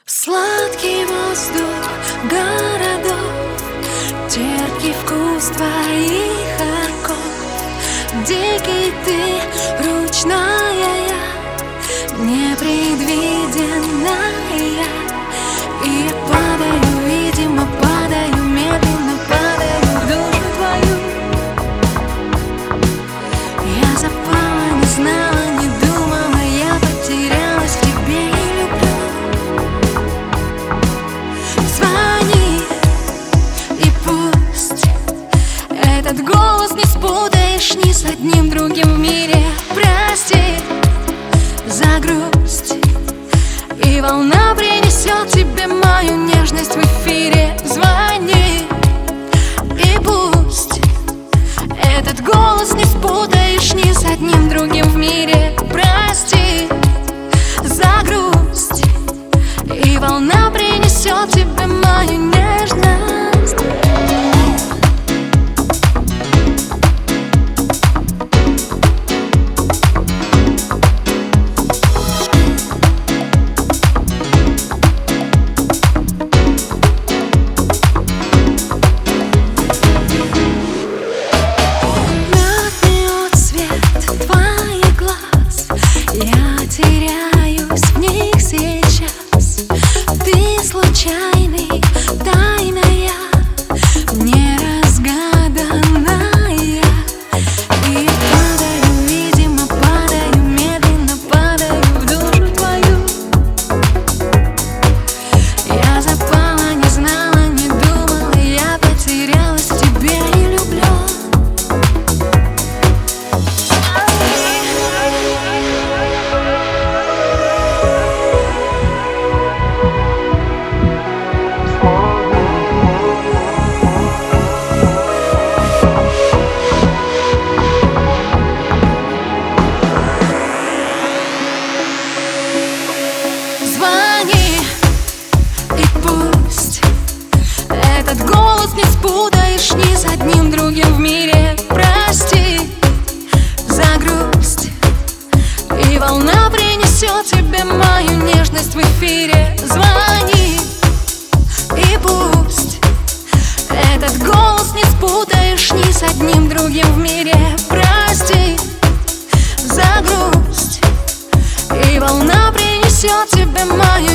Сладкий воздух городов, терпкий вкус твоих оков, дикий ты, ручная я, непредвиденная. И я падаю, видимо, падаю, медленно падаю в душу твою. Я запала, не знала, не думала, я потерялась в тебе и люблю. Звони, и пусть этот голос не спутаешь ни с одним другим в мире. Прости за грусть, и волна принесет тебе мою нежность в эфире. Звони, и пусть этот голос не спутаешь ни с одним другим в мире. Прости за грусть, и волна принесет тебе мою нежность. Теряюсь в них сейчас. Ты случайный, тайная, неразгаданная. И я падаю, видимо, падаю, медленно падаю в душу твою. Я запала, не знала, не думала, я потерялась в тебе и люблю. Этот голос не спутаешь ни с одним другим в мире. Прости за грусть, и волна принесет тебе мою нежность в эфире. Звони, и пусть этот голос не спутаешь ни с одним другим в мире. Прости за грусть, и волна принесет тебе мою